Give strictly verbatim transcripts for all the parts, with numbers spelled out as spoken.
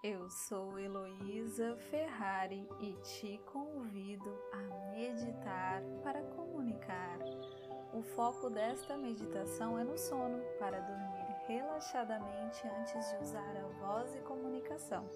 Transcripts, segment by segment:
Eu sou Heloísa Ferrari e te convido a meditar para comunicar. O foco desta meditação é no sono, para dormir relaxadamente antes de usar a voz e comunicação.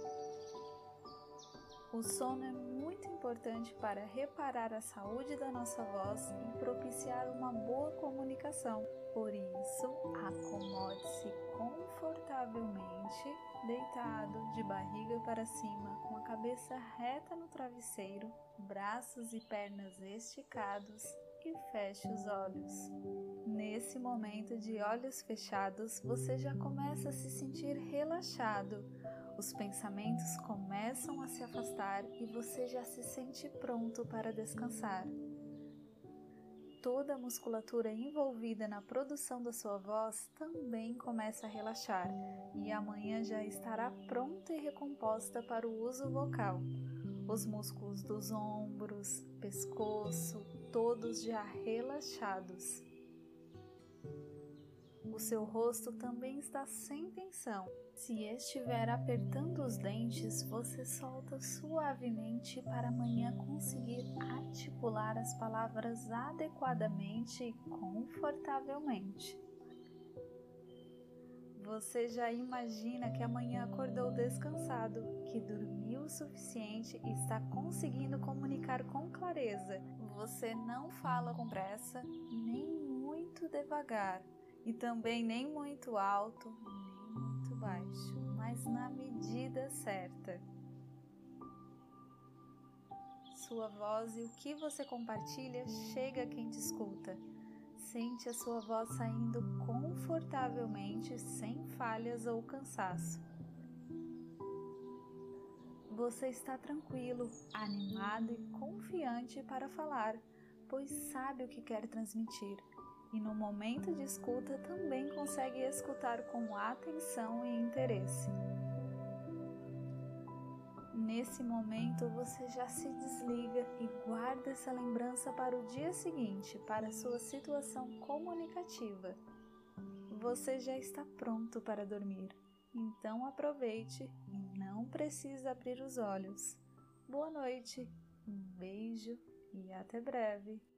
O sono é muito importante para reparar a saúde da nossa voz e propiciar uma boa comunicação. Por isso, acomode-se confortavelmente, deitado de barriga para cima, com a cabeça reta no travesseiro, braços e pernas esticados e feche os olhos. Nesse momento de olhos fechados, você já começa a se sentir relaxado. Os pensamentos começam a se afastar e você já se sente pronto para descansar. Toda a musculatura envolvida na produção da sua voz também começa a relaxar e amanhã já estará pronta e recomposta para o uso vocal. Os músculos dos ombros, pescoço, todos já relaxados. O seu rosto também está sem tensão. Se estiver apertando os dentes, você solta suavemente para amanhã conseguir articular as palavras adequadamente e confortavelmente. Você já imagina que amanhã acordou descansado, que dormiu o suficiente e está conseguindo comunicar com clareza. Você não fala com pressa, nem muito devagar. E também nem muito alto, nem muito baixo, mas na medida certa. Sua voz e o que você compartilha chega a quem te escuta. Sente a sua voz saindo confortavelmente, sem falhas ou cansaço. Você está tranquilo, animado e confiante para falar, pois sabe o que quer transmitir. E no momento de escuta também consegue escutar com atenção e interesse. Nesse momento você já se desliga e guarda essa lembrança para o dia seguinte, para a sua situação comunicativa. Você já está pronto para dormir, então aproveite e não precisa abrir os olhos. Boa noite, um beijo e até breve.